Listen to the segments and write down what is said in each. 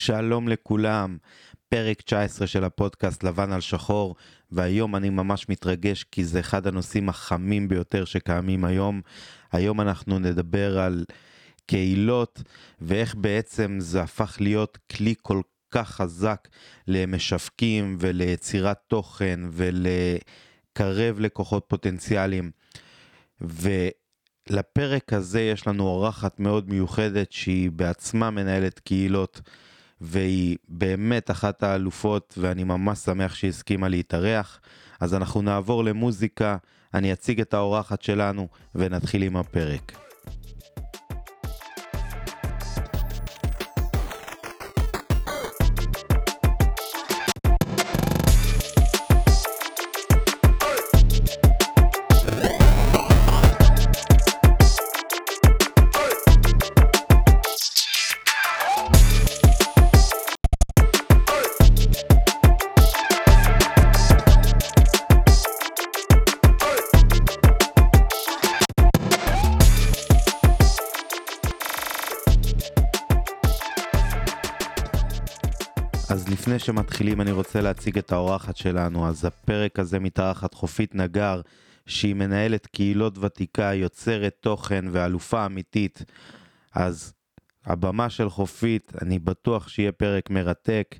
שלום לכולם, פרק 19 של הפודקאסט לבן על שחור, והיום אני ממש מתרגש כי זה אחד הנושאים החמים ביותר שקיימים היום. היום אנחנו נדבר על קהילות ואיך בעצם זה הפך להיות כלי כל כך חזק למשווקים וליצירת תוכן ולקרב לקוחות פוטנציאליים. ולפרק הזה יש לנו אורחת מאוד מיוחדת שהיא בעצמה מנהלת קהילות, והיא באמת אחת האלופות, ואני ממש שמח שהיא הסכימה להתארח. אז אנחנו נעבור למוזיקה, אני אציג את האורחת שלנו ונתחיל עם הפרק. אז לפני שמתחילים אני רוצה להציג את האורחת שלנו. אז הפרק הזה מתארחת חופית נגר, שהיא מנהלת קהילות ותיקה, יוצרת תוכן ואלופה אמיתית. אז הבמה של חופית, אני בטוח שיהיה פרק מרתק.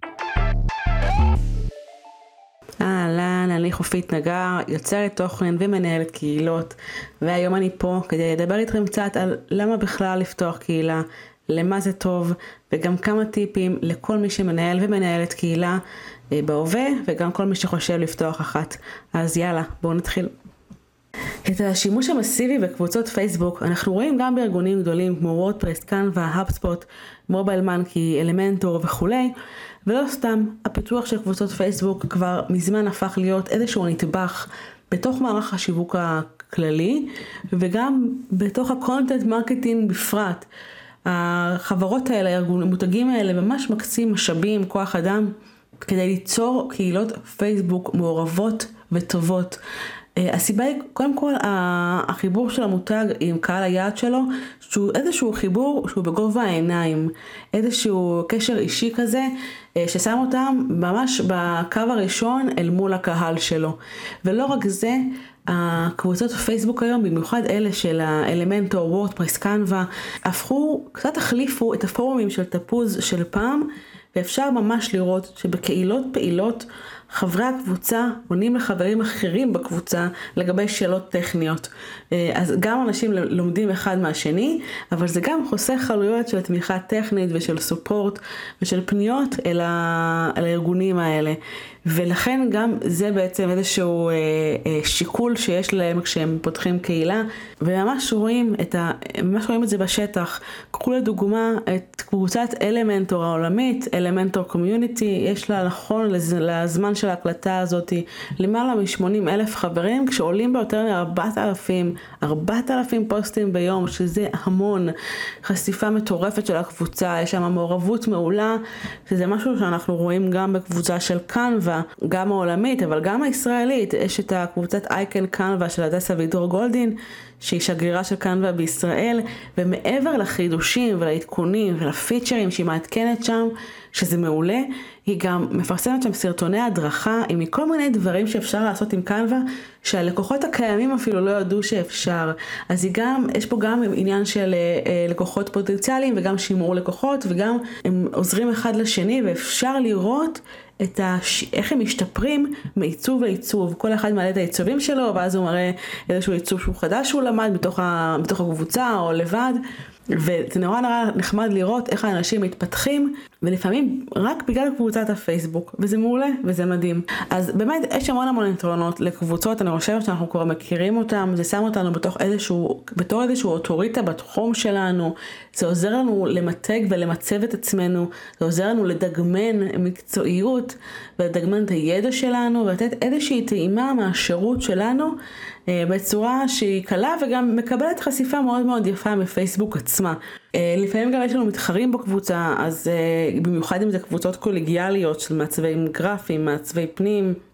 אהלן, אני חופית נגר, יוצרת תוכן ומנהלת קהילות, והיום אני פה כדי לדבר איתכם קצת על למה בכלל לפתוח קהילה, למה זה טוב, וגם כמה טיפים לכל מי שמנהל ומנהלת קהילה בהווה, וגם כל מי שחושב לפתוח אחת. אז יאללה, בואו נתחיל. את השימוש המסיבי בקבוצות פייסבוק אנחנו רואים גם בארגונים גדולים כמו וורדפרס, קנווה, האבספוט, מובייל מנקי, אלמנטור וכולי, ולא סתם, הפיתוח של קבוצות פייסבוק כבר מזמן הפך להיות איזשהו נטבח בתוך מערך השיווק הכללי, וגם בתוך הקונטנט מרקטינג בפרט. החברות האלה, המותגים האלה ממש מקצים משאבים, כוח אדם, כדי ליצור קהילות פייסבוק מעורבות וטובות. הסיבה היא, קודם כל, החיבור של המותג עם קהל היעד שלו, שהוא איזשהו חיבור שהוא בגובה העיניים, איזשהו קשר אישי כזה, ששם אותם ממש בקו הראשון אל מול הקהל שלו. ולא רק זה, הקבוצות פייסבוק היום, במיוחד אלה של האלמנטור, וורדפרס, קנווה, קצת החליפו את הפורומים של תפוז של פעם, ואפשר ממש לראות שבקהילות פעילות, חברי הקבוצה עונים לחברים אחרים בקבוצה לגבי שאלות טכניות. אז גם אנשים לומדים אחד מהשני, אבל זה גם חוסך עלויות של תמיכה טכנית ושל סופורט ושל פניות אל הארגונים האלה. ולכן גם זה בעצם איזשהו שיקול שיש להם כשהם פותחים קהילה, וממש רואים את זה בשטח. קחו לדוגמה את קבוצת אלמנטור העולמית, אלמנטור קומיוניטי, יש לה נכון לזמן של ההקלטה הזאת למעלה מ-80,000 חברים, כשעולים ביותר מ-4,000 פוסטים ביום, שזה המון, חשיפה מטורפת של הקבוצה, יש שם מעורבות מעולה, שזה משהו שאנחנו רואים גם בקבוצה של קנווה, גם העולמית, אבל גם הישראלית. יש את הקבוצת אייקן קנווה של הדסה וידור גולדין, שהיא שגרירה של קנווה בישראל, ומעבר לחידושים ולעדכונים ולפיצ'רים שהיא מעדכנת שם, שזה מעולה, היא גם מפרסמת שם סרטוני הדרכה עם כל מיני דברים שאפשר לעשות עם קנווה, שהלקוחות הקיימים אפילו לא ידעו שאפשר. אז יש פה גם עניין של לקוחות פוטנציאליים, וגם שימור לקוחות, וגם הם עוזרים אחד לשני, ואפשר לראות איך הם משתפרים מעיצוב לעיצוב. כל אחד מעלה את העיצובים שלו, ואז הוא מראה איזשהו עיצוב שהוא חדש שהוא למד בתוך הקבוצה או לבד. וזה נורא נחמד לראות איך האנשים מתפתחים, ולפעמים רק בגלל קבוצת הפייסבוק, וזה מעולה וזה מדהים. אז באמת יש המון יתרונות לקבוצות, אני חושבת שאנחנו כבר מכירים אותם, זה שם אותנו בתור איזשהו אוטוריטה בתחום שלנו, זה עוזר לנו למתג ולמצב את עצמנו, זה עוזר לנו לדגמן מקצועיות ולדגמן את הידע שלנו, ולתת איזושהי טעימה מהשירות שלנו, בצורה שהיא קלה וגם מקבלת חשיפה מאוד מאוד יפה מפייסבוק עצמה. לפעמים גם יש לנו מתחרים בקבוצה, אז במיוחד אם זה קבוצות קולגיאליות של מעצבי גרפים, מעצבי פנים,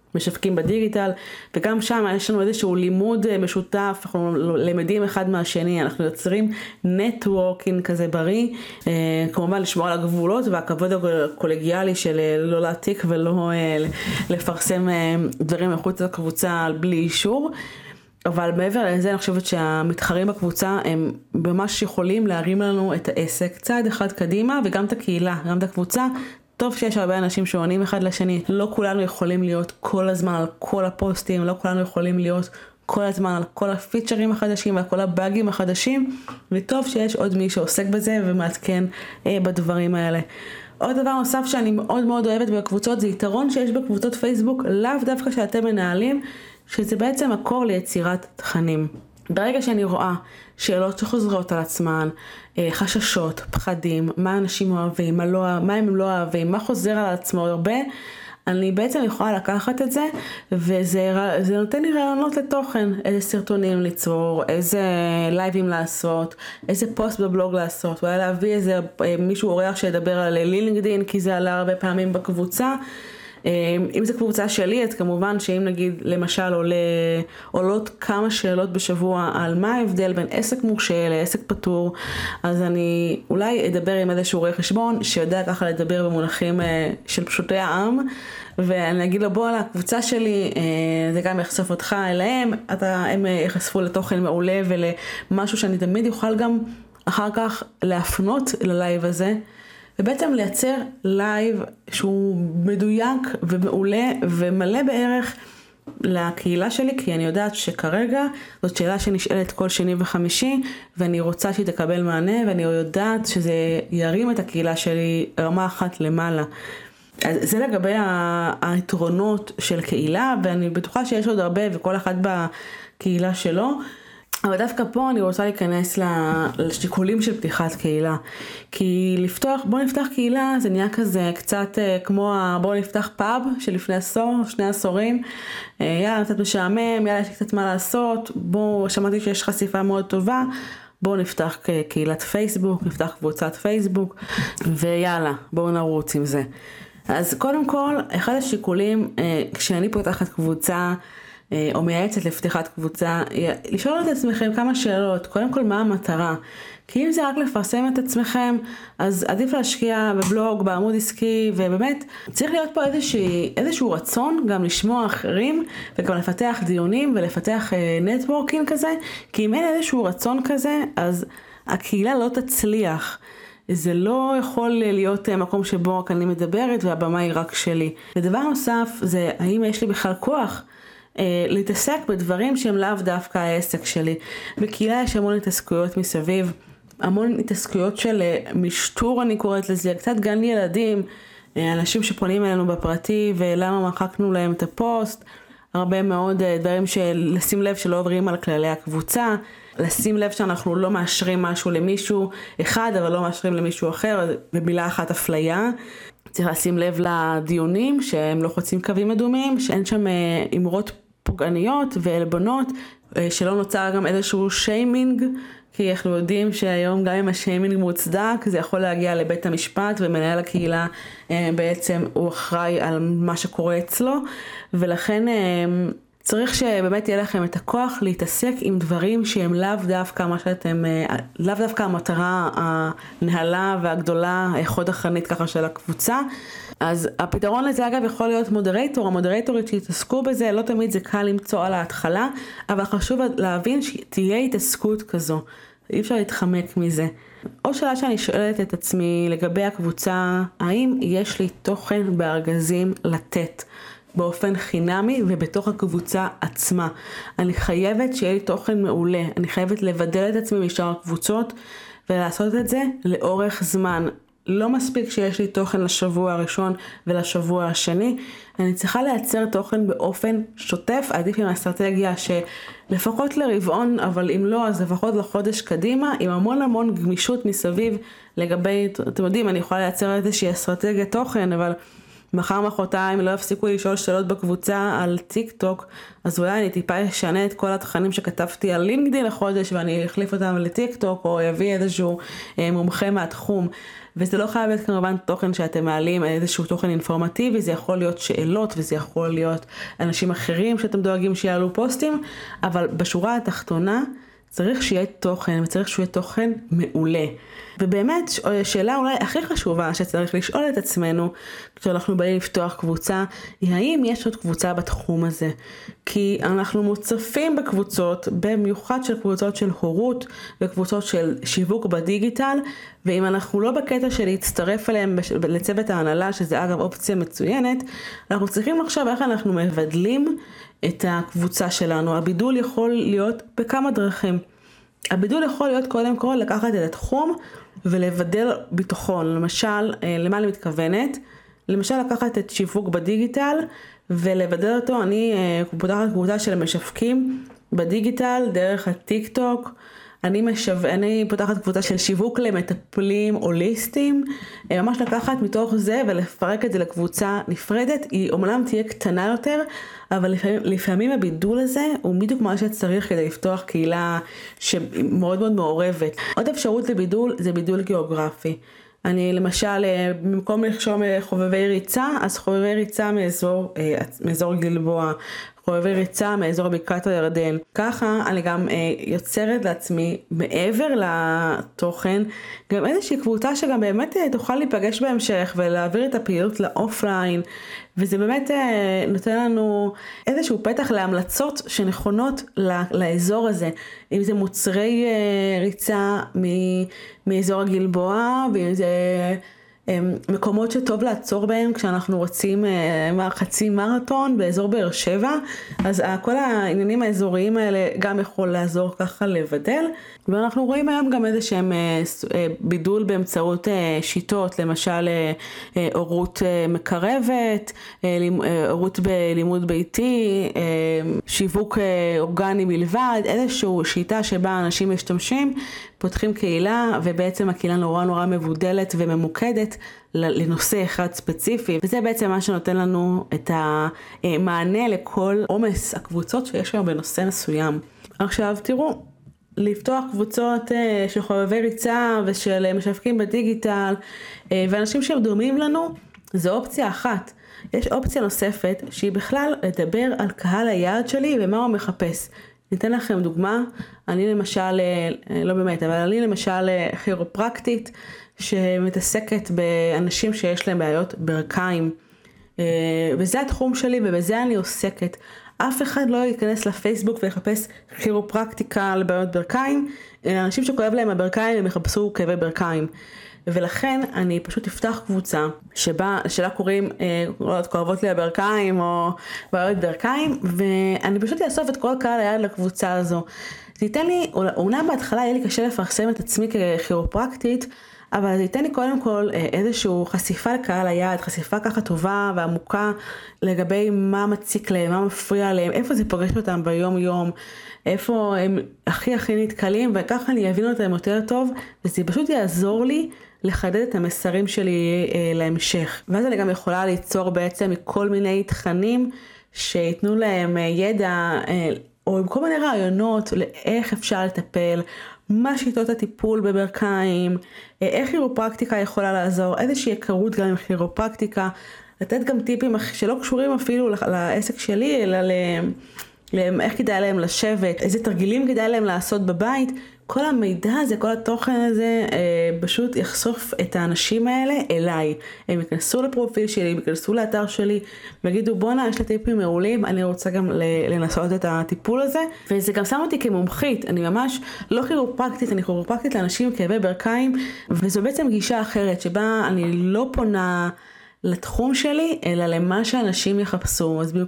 משווקים בדיגיטל, וגם שם יש לנו איזשהו לימוד משותף, אנחנו למדים אחד מהשני, אנחנו יוצרים נטוורקינג כזה בריא, כמובן לשמור על הגבולות והכבוד הקולגיאלי של לא להעתיק ולא לפרסם דברים מחוץ לקבוצה בלי אישור. אבל מעבר לזה אני חושבת שהמתחרים בקבוצה הם ממש יכולים להרים לנו את העסק צעד אחד קדימה, וגם את הקהילה, גם את הקבוצה. טוב שיש הרבה אנשים שעונים אחד לשני, לא כולנו יכולים להיות כל הזמן על כל הפוסטים, לא כולנו יכולים להיות כל הזמן על כל הפיצ'רים החדשים ועל כל הבאגים החדשים, וטוב שיש עוד מי שעוסק בזה ומעדכן בדברים האלה. עוד דבר נוסף שאני מאוד מאוד אוהבת בקבוצות, זה יתרון שיש בקבוצות פייסבוק, לאו דווקא שאתם מנהלים, שזה בעצם מקור ליצירת תכנים. ברגע שאני רואה שאלות שחוזרות על עצמן, חששות, פחדים, מה אנשים אוהבים, מה הם לא אוהבים, מה חוזר על עצמו הרבה, אני בעצם יכולה לקחת את זה, וזה נותן לי רעיונות לתוכן, איזה סרטונים ליצור, איזה לייבים לעשות, איזה פוסט בבלוג לעשות, אולי להביא איזה מישהו אורח שידבר על לינקדין, כי זה עלה הרבה פעמים בקבוצה. אם זה קבוצה שלי, אז כמובן שאם נגיד למשל עולות כמה שאלות בשבוע על מה ההבדל בין עסק מורשה לעסק פטור, אז אני אולי אדבר עם איזשהו רואה חשבון שיודע ככה לדבר במונחים של פשוטי העם, ואני אגיד לו בוא לקבוצה שלי, זה גם יחשוף אותך אליהם, הם יחשפו לתוכן מעולה ולמשהו שאני תמיד יוכל גם אחר כך להפנות ללייב הזה, ובעצם לייצר לייב שהוא מדויק ומעולה ומלא בערך לקהילה שלי, כי אני יודעת שכרגע זאת שאלה שנשאלת כל שני וחמישי, ואני רוצה שהיא תקבל מענה, ואני יודעת שזה ירים את הקהילה שלי רמה אחת למעלה. אז זה לגבי היתרונות של קהילה, ואני בטוחה שיש עוד הרבה וכל אחד בקהילה שלו, אבל דווקא פה אני רוצה להיכנס לשיקולים של פתיחת קהילה. כי בוא נפתח קהילה, זה נהיה כזה קצת כמו בוא נפתח פאב שלפני עשור, 2 עשורים. יאללה, קצת משעמם, יאללה, יש קצת מה לעשות, שמעתי שיש חשיפה מאוד טובה, בואו נפתח קהילת פייסבוק, נפתח קבוצת פייסבוק, ויאללה, בואו נרוץ עם זה. אז קודם כל, אחד השיקולים, כשאני פותחת קבוצה, או מייעצת לפתיחת קבוצה, לשאול את עצמכם כמה שאלות. קודם כל, מה המטרה? כי אם זה רק לפרסם את עצמכם, אז עדיף להשקיע בבלוג, בעמוד עסקי, ובאמת צריך להיות פה איזשהו רצון גם לשמוע אחרים, וגם לפתח דיונים ולפתח נטוורקינג כזה, כי אם אין איזשהו רצון כזה, אז הקהילה לא תצליח. זה לא יכול להיות מקום שבו רק אני מדברת והבמה היא רק שלי. ודבר נוסף זה האם יש לי בכלל כוח להתעסק בדברים שהם לאו דווקא העסק שלי. בקהילה יש המון התעסקויות מסביב, המון התעסקויות של משטור אני קוראת לזה, קצת גן ילדים, אנשים שפונים אלינו בפרטי ולמה מחקנו להם את הפוסט, הרבה מאוד דברים לשים לב שלא עוברים על כללי הקבוצה, לשים לב שאנחנו לא מאשרים משהו למישהו אחד אבל לא מאשרים למישהו אחר, במילה אחת אפליה. צריך לשים לב לדיונים שהם לא חוצים קווים אדומים, שאין שם אמרות פוגעניות ועלבונות, שלא נוצר גם איזשהו שיימינג, כי אנחנו יודעים שהיום גם אם השיימינג מוצדק, זה יכול להגיע לבית המשפט, ומנהל הקהילה בעצם הוא אחראי על מה שקורה אצלו, ולכן צריך שבאמת יהיה לכם את הכוח להתעסק עם דברים שהם לאו דווקא המטרה הנהלה והגדולה, חוד החנית ככה של הקבוצה. אז הפתרון לזה אגב יכול להיות מודרטור, המודרטורית שהתעסקו בזה, לא תמיד זה קל למצוא על ההתחלה, אבל חשוב להבין שתהיה התעסקות כזו, אי אפשר להתחמק מזה. או שאלה שאני שואלת את עצמי לגבי הקבוצה, האם יש לי תוכן בארגזים לתת באופן חינמי ובתוך הקבוצה עצמה? אני חייבת שיהיה לי תוכן מעולה, אני חייבת לבדל את עצמי משאר הקבוצות ולעשות את זה לאורך זמן. לא מספיק שיש לי תוכן לשבוע הראשון ולשבוע השני, אני צריכה לייצר תוכן באופן שוטף, עדיף עם אסטרטגיה שלפחות לרבעון, אבל אם לא, אז לפחות לחודש קדימה, עם המון גמישות מסביב לגבי, אתם יודעים, אני יכולה לייצר איזושהי אסטרטגיה תוכן, אבל מחרתיים לא יפסיקו לשאול שאלות בקבוצה על טיק טוק, אז אולי אני טיפה אשנה את כל התכנים שכתבתי על לינקדין לחודש, ואני אחליף אותם לטיק טוק, או אביא איזשהו מומחה מהתחום. וזה לא חייב להיות כמובן תוכן שאתם מעלים, איזשהו תוכן אינפורמטיבי, זה יכול להיות שאלות, וזה יכול להיות אנשים אחרים שאתם דואגים שיעלו פוסטים, אבל בשורה התחתונה, צריך שיהיה תוכן, וצריך שיהיה תוכן מעולה. ובאמת, שאלה אולי הכי חשובה שצריך לשאול את עצמנו, כשאנחנו באים לפתוח קבוצה, היא האם יש עוד קבוצה בתחום הזה? כי אנחנו מוצפים בקבוצות, במיוחד של קבוצות של הורות, וקבוצות של שיווק בדיגיטל, ואם אנחנו לא בקטע של להצטרף אליהם לצוות ההנהלה, שזה אגב אופציה מצוינת, אנחנו צריכים לחשוב איך אנחנו מבדלים את הקבוצה שלנו. הבידול יכול להיות בכמה דרכים. הבידול יכול להיות קודם כל לקחת את התחום ולבדל ביטחון. למשל, למה אני מתכוונת? למשל לקחת את שיווק בדיגיטל ולבדל אותו. אני פותחת קבוצה של משווקים בדיגיטל דרך הטיק טוק. אני פותחת קבוצה של שיווק למטפלים הוליסטיים, ממש לקחת מתוך זה ולפרק את זה לקבוצה נפרדת. היא אומנם תהיה קטנה יותר, אבל לפעמים הבידול הזה הוא בדיוק מה שצריך כדי לפתוח קהילה שמאוד מאוד מעורבת. עוד אפשרות לבידול זה בידול גיאוגרפי. אני למשל, במקום לרשום חובבי ריצה, אז חובבי ריצה מאזור גלבוע, חובבי ריצה מאזור בקעת הירדן. ככה אני גם יוצרת לעצמי מעבר לתוכן, גם איזושהי קבוצה שגם באמת תוכל להיפגש בהמשך ולהעביר את הפעילות לאופליין, וזה באמת נותן לנו איזשהו פתח להמלצות שנכונות לאזור הזה. אם זה מוצרי ריצה מאזור הגלבוע, ואם זה מקומות שטוב לעצור בהם כשאנחנו רוצים חצי מרתון באזור באר שבע, אז כל העניינים האזוריים האלה גם יכול לעזור ככה לבדל. ואנחנו רואים היום גם איזשהם בידול באמצעות שיטות, למשל הורות מקרבת, הורות בלימוד ביתי, שיווק אורגני בלבד, איזושהי שיטה שבה אנשים משתמשים, פותחים קהילה, ובעצם הקהילה נורא מבודלת וממוקדת לנושא אחד ספציפי, וזה בעצם מה שנותן לנו את המענה לכל עומס הקבוצות שיש היום בנושא מסוים. עכשיו תראו, לפתוח קבוצות של חובבי ריצה ושל משווקים בדיגיטל ואנשים שהם דומים לנו, זו אופציה אחת. יש אופציה נוספת שהיא בכלל לדבר על קהל היעד שלי ומה הוא מחפש. ניתן לכם דוגמה. אני למשל, לא באמת, אבל אני למשל כירופרקטית שמתעסקת באנשים שיש להם בעיות ברכיים, וזה התחום שלי ובזה אני עוסקת. אף אחד לא ייכנס לפייסבוק ויחפש כירופרקטיקה לבעיות ברכיים, אנשים שכואב להם הברכיים הם יחפשו כאבי ברכיים. ולכן אני פשוט אפתח קבוצה שלה קוראים כואבות לי הברכיים או בעיות ברכיים, ואני פשוט אאסוף את כל קהל היעד לקבוצה הזו. זה ייתן לי, אומנם בהתחלה יהיה לי קשה לפרסם את עצמי ככירופרקטית, אבל זה ייתן לי קודם כל איזשהו חשיפה לקהל היעד, חשיפה ככה טובה ועמוקה לגבי מה מציק להם, מה מפריע להם, איפה זה פוגש אותם ביום יום, איפה הם הכי נתקלים, וככה אני אבין אותם יותר טוב, וזה פשוט יעזור לי לחדד את המסרים שלי להמשך. ואז אני גם יכולה ליצור בעצם מכל מיני תכנים שיתנו להם ידע, או עם כל מיני רעיונות לאיך אפשר לטפל, מה שיטות הטיפול בברכיים, איך כירופרקטיקה יכולה לעזור, איזושהי היכרות גם עם כירופרקטיקה, לתת גם טיפים שלא קשורים אפילו לעסק שלי, אלא איך כדאי להם לשבת, איזה תרגילים כדאי להם לעשות בבית. כל המידע הזה, כל התוכן הזה, פשוט יחשוף את האנשים האלה אליי. הם ייכנסו לפרופיל שלי, ייכנסו לאתר שלי, ויגידו בונה, יש לה טיפים מעולים, אני רוצה גם לנסות את הטיפול הזה. וזה גם שם אותי כמומחית, אני ממש לא כירופרקטית, אני כירופרקטית לאנשים עם כאבי ברכיים, וזו בעצם גישה אחרת, שבה אני לא פונה לתחום שלי, אלא למה שאנשים יחפשו. אז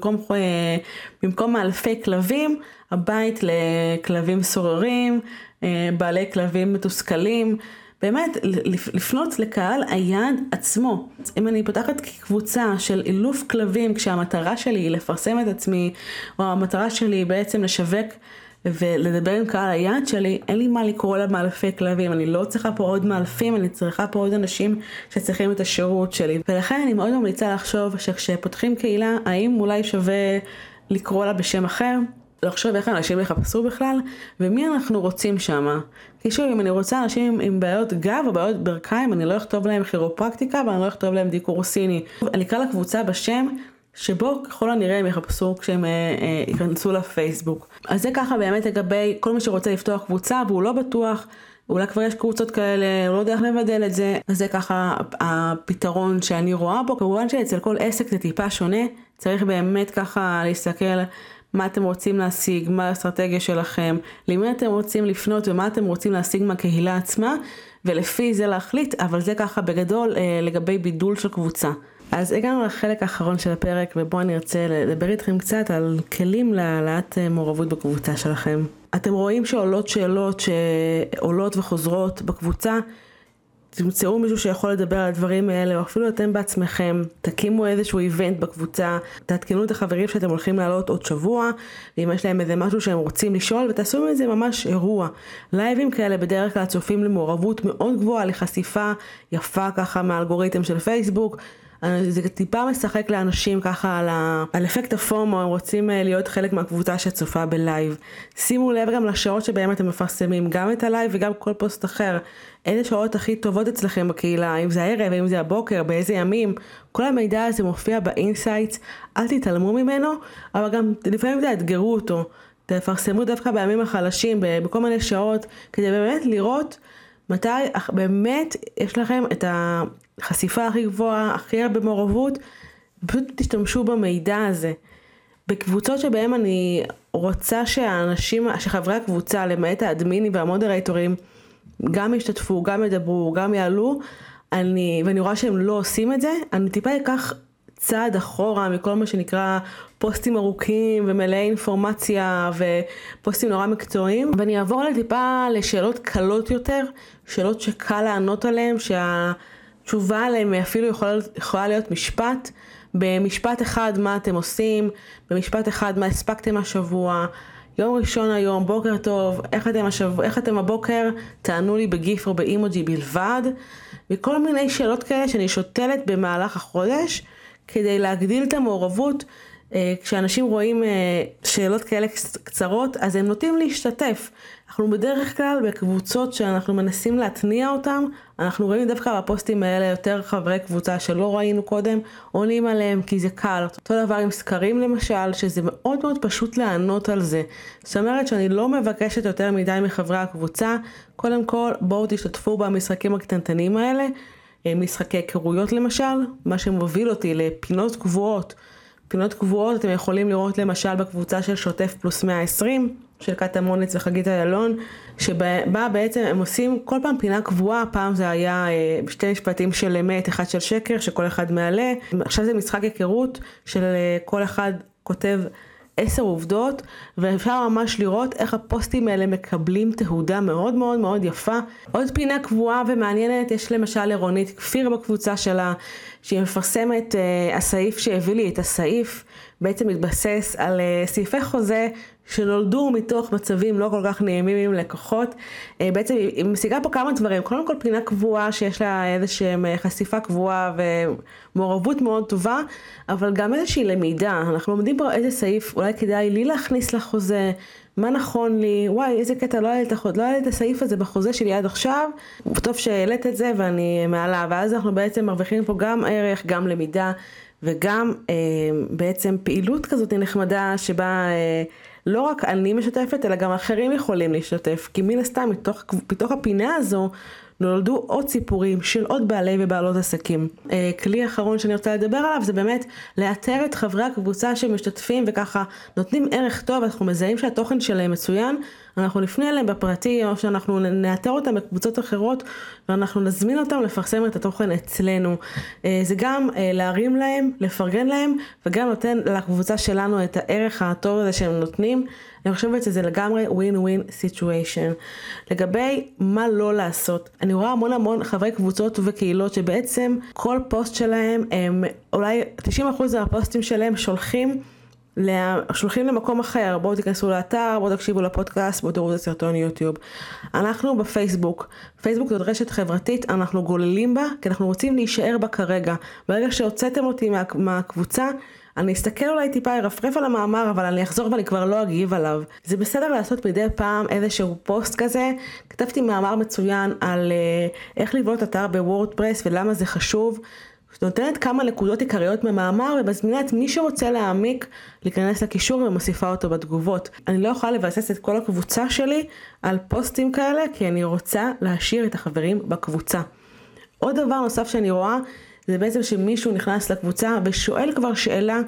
במקום אלפי כלבים, הבית לכלבים סוררים, בעלי כלבים מתוסכלים, באמת לפנות לקהל היעד עצמו. אם אני פותחת קבוצה של אילוף כלבים, כשהמטרה שלי היא לפרסם את עצמי, או המטרה שלי היא בעצם לשווק ולדבר עם קהל היעד שלי, אין לי מה לקרוא לה מאלפי כלבים, אני לא צריכה פה עוד מאלפים, אני צריכה פה עוד אנשים שצריכים את השירות שלי. ולכן אני מאוד ממליצה לחשוב שכשפותחים קהילה, האם אולי שווה לקרוא לה בשם אחר, לחשוב איך אנשים יחפשו בכלל, ומי אנחנו רוצים שמה. כי שוב, אם אני רוצה אנשים עם בעיות גב או בעיות ברכיים, אני לא אכתוב להם כירופרקטיקה, ואני לא אכתוב להם דיקור סיני. אני אקרא לקבוצה בשם שבו ככל הנראה הם יחפשו כשהם ייכנסו לפייסבוק. אז זה ככה באמת לגבי כל מי שרוצה לפתוח קבוצה, והוא לא בטוח, אולי כבר יש קבוצות כאלה, הוא לא יודע איך לבדל את זה, אז זה ככה הפתרון שאני רואה בו. כמובן שאצל כל עסק זה טיפה שונה, צריך באמת ככה להסתכל מה אתם רוצים להשיג, מה האסטרטגיה שלכם, למי אתם רוצים לפנות ומה אתם רוצים להשיג מהקהילה עצמה, ולפי זה להחליט, אבל זה ככה בגדול לגבי בידול של קבוצה. אז הגענו לחלק האחרון של הפרק, ובו אני ארצה לדבר איתכם קצת על כלים להעלאת מעורבות בקבוצה שלכם. אתם רואים שעולות שאלות שעולות וחוזרות בקבוצה, תמצאו מישהו שיכול לדבר על הדברים האלה, או אפילו אתם בעצמכם, תקימו איזשהו איבנט בקבוצה, תעדכנו את החברים שאתם הולכים לעלות עוד שבוע, ואם יש להם איזה משהו שהם רוצים לשאול, ותעשו מזה ממש אירוע. לייבים כאלה בדרך כלל צופים למעורבות מאוד גבוהה, לחשיפה יפה ככה מהאלגוריתם של פייסבוק, זה טיפה משחק לאנשים ככה על אפקט הפומו, הם רוצים להיות חלק מהקבוצה שצופה בלייב. שימו לב גם לשעות שבהם אתם מפרסמים, גם את הלייב וגם כל פוסט אחר. איזה שעות הכי טובות אצלכם בקהילה, אם זה הערב, אם זה הבוקר, באיזה ימים. כל המידע הזה מופיע באינסייטס, אל תתעלמו ממנו, אבל גם לפעמים תאתגרו אותו. תפרסמו דווקא בימים החלשים, בכל מיני שעות, כדי באמת לראות מתי באמת יש לכם את החשיפה הכי גבוהה, הכי הרבה מעורבות, פשוט תשתמשו במידע הזה. בקבוצות שבהם אני רוצה שחברי הקבוצה, למעט האדמינים והמודרייטורים, גם ישתתפו, גם ידברו, גם יעלו, ואני רואה שהם לא עושים את זה, אני טיפה אקח צעד אחורה מכל מה שנקרא פוסטים ארוכים ומלאי אינפורמציה ופוסטים נורא מקצועיים, ואני אעבור לטיפה לשאלות קלות יותר, שאלות שקל לענות עליהן, שהתשובה עליהן אפילו יכולה להיות משפט, במשפט אחד מה אתם עושים, במשפט אחד מה הספקתם השבוע, יום ראשון היום, בוקר טוב, איך אתם הבוקר, תענו לי בגיף או באימוג'י בלבד, וכל מיני שאלות כאלה שאני שותלת במהלך החודש, כדי להגדיל את המעורבות. כשאנשים רואים שאלות כאלה קצרות, אז הם נוטים להשתתף. אנחנו בדרך כלל בקבוצות שאנחנו מנסים להתניע אותם, אנחנו רואים דווקא בפוסטים האלה יותר חברי קבוצה שלא ראינו קודם, עונים עליהם כי זה קל. אותו דבר עם סקרים למשל, שזה מאוד מאוד פשוט לענות על זה. זאת אומרת שאני לא מבקשת יותר מדי מחברי הקבוצה, קודם כל בואו תשתתפו במשחקים הקטנטנים האלה, משחקי היכרויות למשל, מה שמוביל אותי לפינות קבועות. פינות קבועות אתם יכולים לראות למשל בקבוצה של שוטף פלוס 120, של קטמונץ וחגית איילון, שבה בעצם הם עושים כל פעם פינה קבועה, פעם זה היה שתי משפטים של אמת, אחד של שקר, שכל אחד מעלה, עכשיו זה משחק היכרות של כל אחד כותב 10 עובדות, ואפשר ממש לראות איך הפוסטים האלה מקבלים תהודה מאוד מאוד מאוד יפה. עוד פינה קבועה ומעניינת, יש למשל לרונית כפיר בקבוצה שלה, שהיא מפרסמת הסעיף שהביא לי את הסעיף, בעצם מתבסס על סעיפי חוזה שנולדו מתוך מצבים לא כל כך נעימים עם לקוחות. בעצם היא משיגה פה כמה דברים, קודם כל פינה קבועה שיש לה איזושהי חשיפה קבועה ומעורבות מאוד טובה, אבל גם איזושהי למידה, אנחנו לומדים פה איזה סעיף, אולי כדאי לי להכניס לחוזה, מה נכון לי, וואי איזה קטע, לא היה לי את הסעיף הזה בחוזה שלי עד עכשיו, טוב שהעלית את זה ואני מעלה, ואז אנחנו בעצם מרוויחים פה גם ערך, גם למידה, וגם בעצם פעילות כזאת נחמדה שבה לא רק אני משתפת, אלא גם אחרים יכולים להשתתף, כי מן הסתם מתוך הפינה הזו נולדו עוד סיפורים של עוד בעלי ובעלות עסקים. כלי אחרון שאני רוצה לדבר עליו זה באמת לאתר את חברי הקבוצה שמשתתפים וככה נותנים ערך טוב, אנחנו מזהים שהתוכן שלהם מצוין, אנחנו נפנה אליהם בפרטי או שאנחנו נאתר אותם בקבוצות אחרות ואנחנו נזמין אותם לפרסם את התוכן אצלנו. זה גם להרים להם, לפרגן להם וגם נותן לקבוצה שלנו את הערך הטוב הזה שהם נותנים. אני חושבת שזה לגמרי win-win situation. לגבי מה לא לעשות, אני רואה המון חברי קבוצות וקהילות שבעצם כל פוסט שלהם, הם, אולי 90% מהפוסטים שלהם שולחים שולחים למקום אחר, בואו תיכנסו לאתר, בואו תקשיבו לפודקאסט, בואו תראו את הסרטון יוטיוב. אנחנו בפייסבוק, פייסבוק זאת רשת חברתית, אנחנו גוללים בה, כי אנחנו רוצים להישאר בה כרגע. ברגע שהוצאתם אותי מהקבוצה, אני אסתכל אולי טיפה, ירפרף על המאמר, אבל אני אחזור ואני כבר לא אגיב עליו. זה בסדר לעשות מדי פעם איזשהו פוסט כזה. כתבתי מאמר מצוין על איך לבנות אתר בוורדפרס ולמה זה חשוב. נותנת כמה נקודות עיקריות ממאמר ומזמינה את מי שרוצה להעמיק להיכנס לקישור ומוסיפה אותו בתגובות. אני לא יכולה לבסס את כל הקבוצה שלי על פוסטים כאלה, כי אני רוצה להשאיר את החברים בקבוצה. עוד דבר נוסף שאני רואה, זה בעצם שמישהו נכנס לקבוצה ושואל כבר שאלה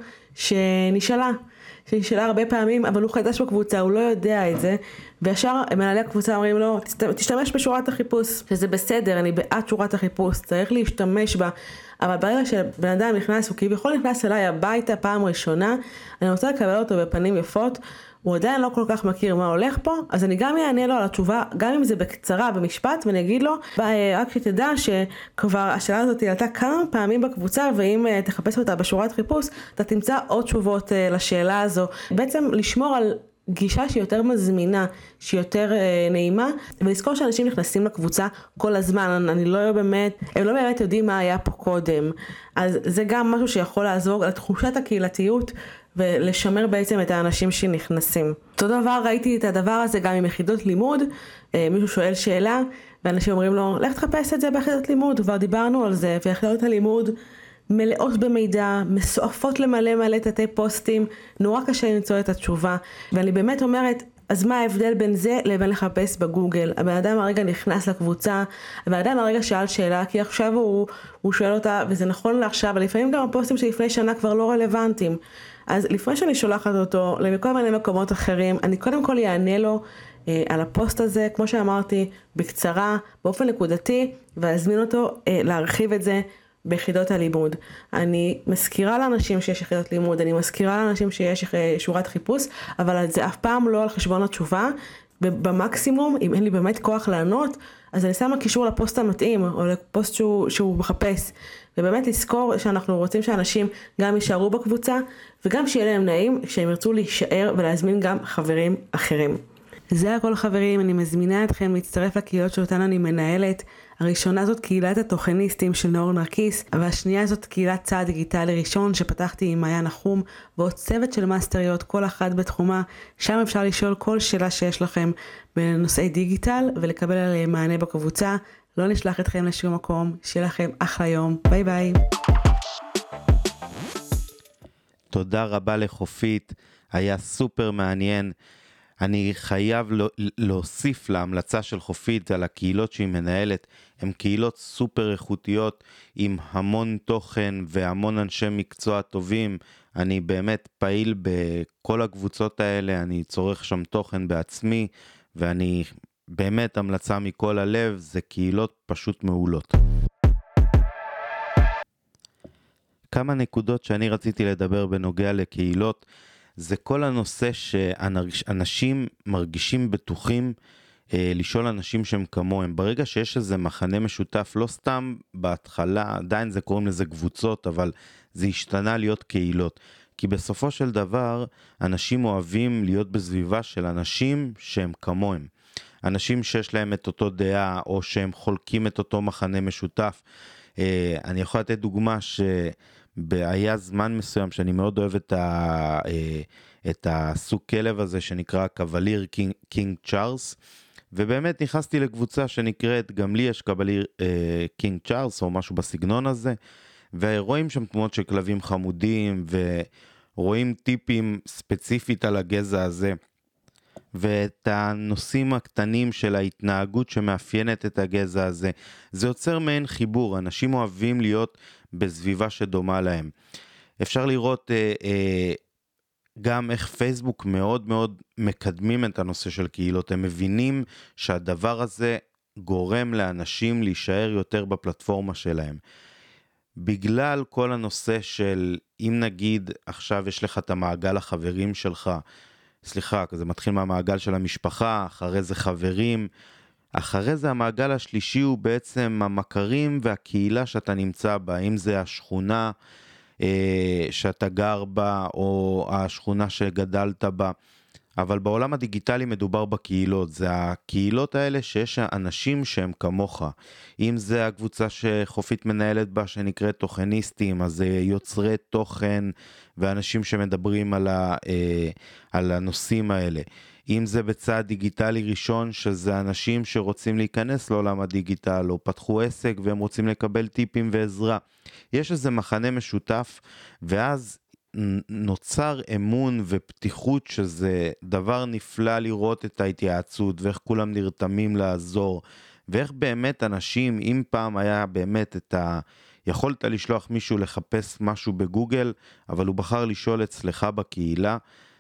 שנשאלה הרבה פעמים, אבל הוא חדש בקבוצה, הוא לא יודע את זה, וישר מנהלי הקבוצה אומרים לו, תשתמש בשורת החיפוש, שזה בסדר, אני בעד שורת החיפוש, צריך להשתמש בה, אבל ברגע שבן אדם נכנס, הוא כביכול נכנס אליי הביתה פעם ראשונה, אני רוצה לקבל אותו בפנים יפות, הוא עדיין לא כל כך מכיר מה הולך פה, אז אני גם אענה לו על התשובה, גם אם זה בקצרה במשפט, ואני אגיד לו, רק שתדע שכבר השאלה הזאת עלתה כמה פעמים בקבוצה, ואם תחפש אותה בשורת חיפוש, אתה תמצא עוד תשובות לשאלה הזו. בעצם לשמור על גישה שהיא יותר מזמינה, שהיא יותר נעימה, ולזכור שאנשים נכנסים לקבוצה כל הזמן, הם לא באמת יודעים מה היה פה קודם. אז זה גם משהו שיכול לעזור על תחושת הקהילתיות, ולשמר בעצם את האנשים שנכנסים. אותו דבר, ראיתי את הדבר הזה גם עם יחידות לימוד, מישהו שואל שאלה, ואנשים אומרים לו, לך תחפש את זה ביחידות לימוד, כבר דיברנו על זה, ויחידות הלימוד מלאות במידע, מסועפות למלא תתי פוסטים, נורא קשה למצוא את התשובה, ואני באמת אומרת, אז מה ההבדל בין זה לבין לחפש בגוגל? הבן אדם הרגע נכנס לקבוצה, הבן אדם הרגע שאל שאלה, כי עכשיו הוא שואל אותה, וזה נכון לעכשיו, אבל לפעמים גם הפוסטים שלפני שנה כבר לא רלוונטיים. אז לפני שאני שולחת אותו לכל מיני מקומות אחרים, אני קודם כל יענה לו על הפוסט הזה, כמו שאמרתי, בקצרה, באופן נקודתי, ואזמין אותו להרחיב את זה ביחידות הלימוד. אני מזכירה לאנשים שיש יחידות לימוד, אני מזכירה לאנשים שיש שורת חיפוש, אבל זה אף פעם לא על חשבון התשובה, ובמקסימום, אם אין לי באמת כוח לענות, אז אני שמה קישור לפוסט המתאים, או לפוסט שהוא מחפש, ובאמת לזכור שאנחנו רוצים שאנשים גם יישארו בקבוצה, וגם שיהיה להם נעים, שהם ירצו להישאר ולהזמין גם חברים אחרים. זה הכל חברים, אני מזמינה אתכם להצטרף לקהילות שאותן אני מנהלת. הראשונה זאת קהילת התוכניסטים של נאור נרקיס, והשנייה זאת קהילת צעד דיגיטלי ראשון שפתחתי עם מעיין נחום, ועוד צוות של מאסטריות, כל אחת בתחומה. שם אפשר לשאול כל שאלה שיש לכם בנושאי דיגיטל ולקבל עליהם מענה בקבוצה. לא נשלח אתכם לשום מקום, שיהיה לכם אחלה יום, ביי ביי. תודה רבה לחופית, היה סופר מעניין. אני חייב להוסיף להמלצה של חופית על הקהילות שהיא מנהלת, הן קהילות סופר איכותיות עם המון תוכן והמון אנשי מקצוע טובים. אני באמת פעיל בכל הקבוצות האלה, אני צורך שם תוכן בעצמי, ואני באמת המלצה מכל הלב, זה קהילות פשוט מעולות. כמה נקודות שאני רציתי לדבר בנוגע לקהילות, זה כל הנושא שאנשים מרגישים בטוחים לשאול אנשים שהם כמוהם. ברגע שיש איזה מחנה משותף, לא סתם בהתחלה, עדיין זה קוראים לזה קבוצות, אבל זה השתנה להיות קהילות. כי בסופו של דבר, אנשים אוהבים להיות בסביבה של אנשים שהם כמוהם. אנשים שיש להם את אותו דעה, או שהם חולקים את אותו מחנה משותף. אני יכול לתת דוגמה היה זמן מסוים שאני מאוד אוהב את הסוג כלב הזה שנקרא קבליר קינג צ'ארלס, ובאמת נכנסתי לקבוצה שנקראת, גם לי יש קבליר קינג צ'ארלס או משהו בסגנון הזה, ורואים שם תמונות של כלבים חמודים, ורואים טיפים ספציפית על הגזע הזה, ואת הנושאים הקטנים של ההתנהגות שמאפיינת את הגזע הזה. זה יוצר מעין חיבור, אנשים אוהבים להיות בסביבה שדומה להם. אפשר לראות גם איך פייסבוק מאוד מאוד מקדמים את הנושא של קהילות, הם מבינים שהדבר הזה גורם לאנשים להישאר יותר בפלטפורמה שלהם. בגלל כל הנושא של, אם נגיד עכשיו יש לך את המעגל החברים שלך, זה מתחיל מהמעגל של המשפחה, אחרי זה חברים, אחרי זה המעגל השלישי הוא בעצם המכרים והקהילה שאתה נמצא בה, אם זה השכונה, שאתה גר בה, או השכונה שגדלת בה, אבל בעולם הדיגיטלי מדובר בקהילות, זה הקהילות האלה שיש אנשים שהם כמוך, אם זה הקבוצה שחופית מנהלת בה שנקראת תוכניסטים, אז זה יוצרי תוכן ואנשים שמדברים על הנושאים האלה, אם זה בצד דיגיטלי ראשון שזה אנשים שרוצים להיכנס לעולם הדיגיטל או פתחו עסק והם רוצים לקבל טיפים ועזרה, יש איזה מחנה משותף ואז נוצר אמון ופתיחות שזה דבר נפלא לראות את ההתייעצות ואיך כולם נרתמים לעזור ואיך באמת אנשים, אם פעם היה באמת יכולת לשלוח מישהו לחפש משהו בגוגל אבל הוא בחר לשאול אצלך בקהילה,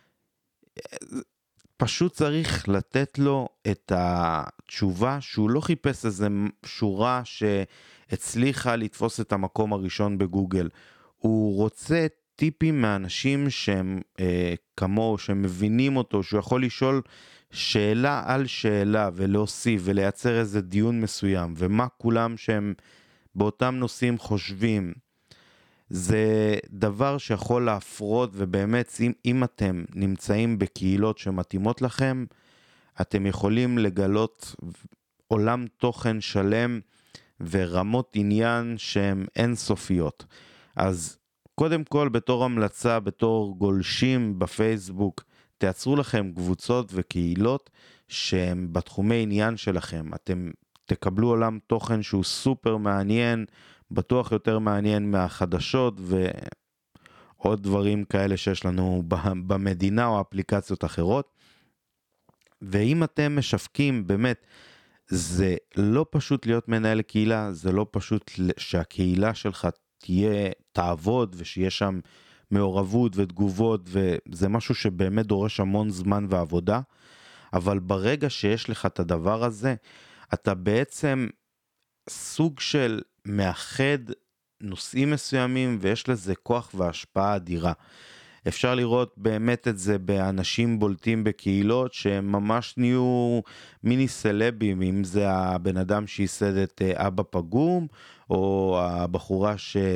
פשוט צריך לתת לו את התשובה שהוא לא חיפש איזה שורה שהצליחה לתפוס את המקום הראשון בגוגל, הוא רוצה טיפים מאנשים שהם כמוהו, שהם מבינים אותו, שהוא יכול לשאול שאלה על שאלה ולהוסיף ולייצר איזה דיון מסוים, ומה כולם שהם באותם נושאים חושבים. זה דבר שיכול להפרות, ובאמת אם אתם נמצאים בקהילות שמתאימות לכם, אתם יכולים לגלות עולם תוכן שלם ורמות עניין שהן אינסופיות. אז קודם כל, בתור המלצה, בתור גולשים בפייסבוק, תייצרו לכם קבוצות וקהילות שהן בתחומי עניין שלכם. אתם תקבלו עולם תוכן שהוא סופר מעניין, בטוח יותר מעניין מהחדשות ועוד דברים כאלה שיש לנו במדינה או אפליקציות אחרות. ואם אתם משווקים, באמת, זה לא פשוט להיות מנהל קהילה, זה לא פשוט שהקהילה שלך תעבוד ושיהיה שם מעורבות ותגובות, וזה משהו שבאמת דורש המון זמן ועבודה, אבל ברגע שיש לך את הדבר הזה, אתה בעצם סוג של מאחד נושאים מסוימים, ויש לזה כוח והשפעה אדירה. אפשר לראות באמת את זה באנשים בולטים בקהילות, שהם ממש נהיו מיני סלבים, אם זה הבן אדם שייסד את אבא פגום, או הבחורה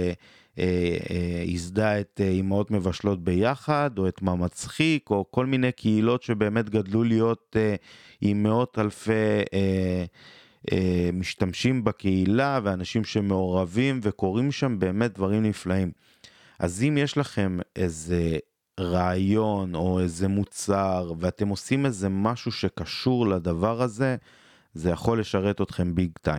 שהזדה את אמהות מבשלות ביחד, או את מה מצחיק, או כל מיני קהילות שבאמת גדלו להיות עם מאות אלפי משתמשים בקהילה, ואנשים שמעורבים וקוראים שם באמת דברים נפלאים. אז אם יש לכם איזה רעיון או איזה מוצר, ואתם עושים איזה משהו שקשור לדבר הזה, זה יכול לשרת אתכם ביג טיים.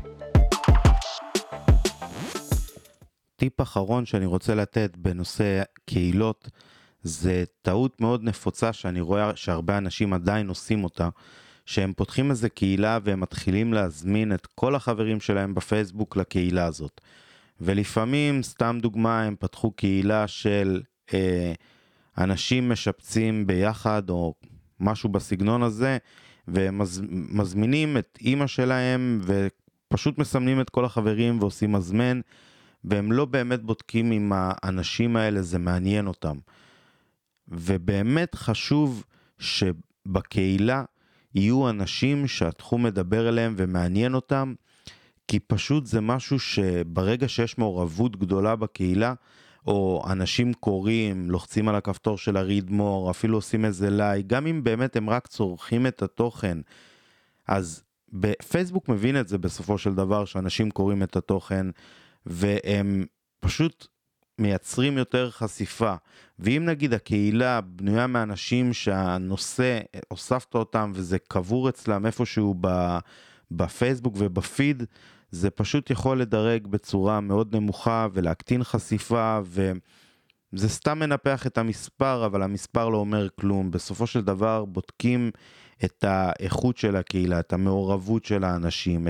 טיפ אחרון שאני רוצה לתת בנושא קהילות, זה טעות מאוד נפוצה שאני רואה שהרבה אנשים עדיין עושים אותה, שהם פותחים איזה קהילה והם מתחילים להזמין את כל החברים שלהם בפייסבוק לקהילה הזאת. ולפעמים, סתם דוגמה, הם פתחו קהילה של אנשים משפצים ביחד או משהו בסגנון הזה, והם מזמינים את אמא שלהם ופשוט מסמנים את כל החברים ועושים מזמן, והם לא באמת בודקים אם האנשים האלה זה מעניין אותם. ובאמת חשוב שבקהילה יהיו אנשים שהתחום מדבר אליהם ומעניין אותם, כי פשוט זה משהו שברגע שיש מעורבות גדולה בקהילה, או אנשים קוראים, לוחצים על הכפתור של הריד מור, אפילו עושים איזה לייק, גם אם באמת הם רק צורכים את התוכן, אז בפייסבוק מבין את זה בסופו של דבר, שאנשים קוראים את התוכן, והם פשוט מייצרים יותר חשיפה. ואם נגיד הקהילה בנויה מאנשים שהנושא, הוספת אותם וזה קבור אצלם איפשהו בפייסבוק ובפיד, זה פשוט יכול לדרג בצורה מאוד נמוכה ולהקטין חשיפה, וזה סתם מנפח את המספר, אבל המספר לא אומר כלום. בסופו של דבר בודקים את האיכות של הקהילה, את המעורבות של האנשים,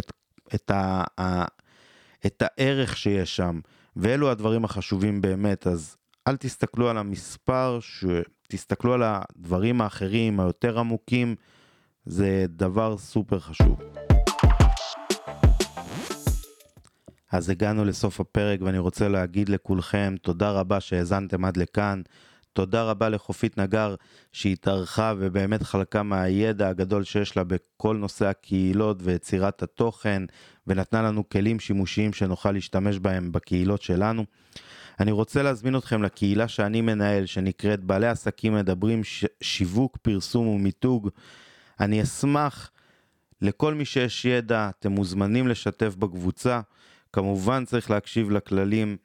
את הערך שיש שם, ואלו הדברים החשובים באמת. אז אל תסתכלו על המספר, תסתכלו על הדברים האחרים, היותר עמוקים, זה דבר סופר חשוב. אז הגענו לסוף הפרק, ואני רוצה להגיד לכולכם תודה רבה שהאזנתם עד לכאן, תודה רבה לחופית נגר שהתארחה ובאמת חלקה מהידע הגדול שיש לה בכל נושא הקהילות ויצירת התוכן, ונתנה לנו כלים שימושיים שנוכל להשתמש בהם בקהילות שלנו. אני רוצה להזמין אתכם לקהילה שאני מנהל, שנקראת בעלי עסקים מדברים, שיווק, פרסום ומיתוג. אני אשמח לכל מי שיש ידע, אתם מוזמנים לשתף בקבוצה. כמובן צריך להקשיב לכללים,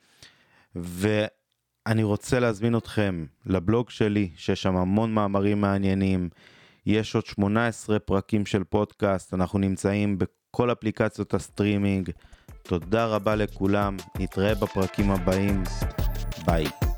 ואני רוצה להזמין אתכם לבלוג שלי, שיש שם המון מאמרים מעניינים. יש עוד 18 פרקים של פודקאסט, אנחנו נמצאים בכל אפליקציות הסטרימינג. תודה רבה לכולם, נתראה בפרקים הבאים, ביי.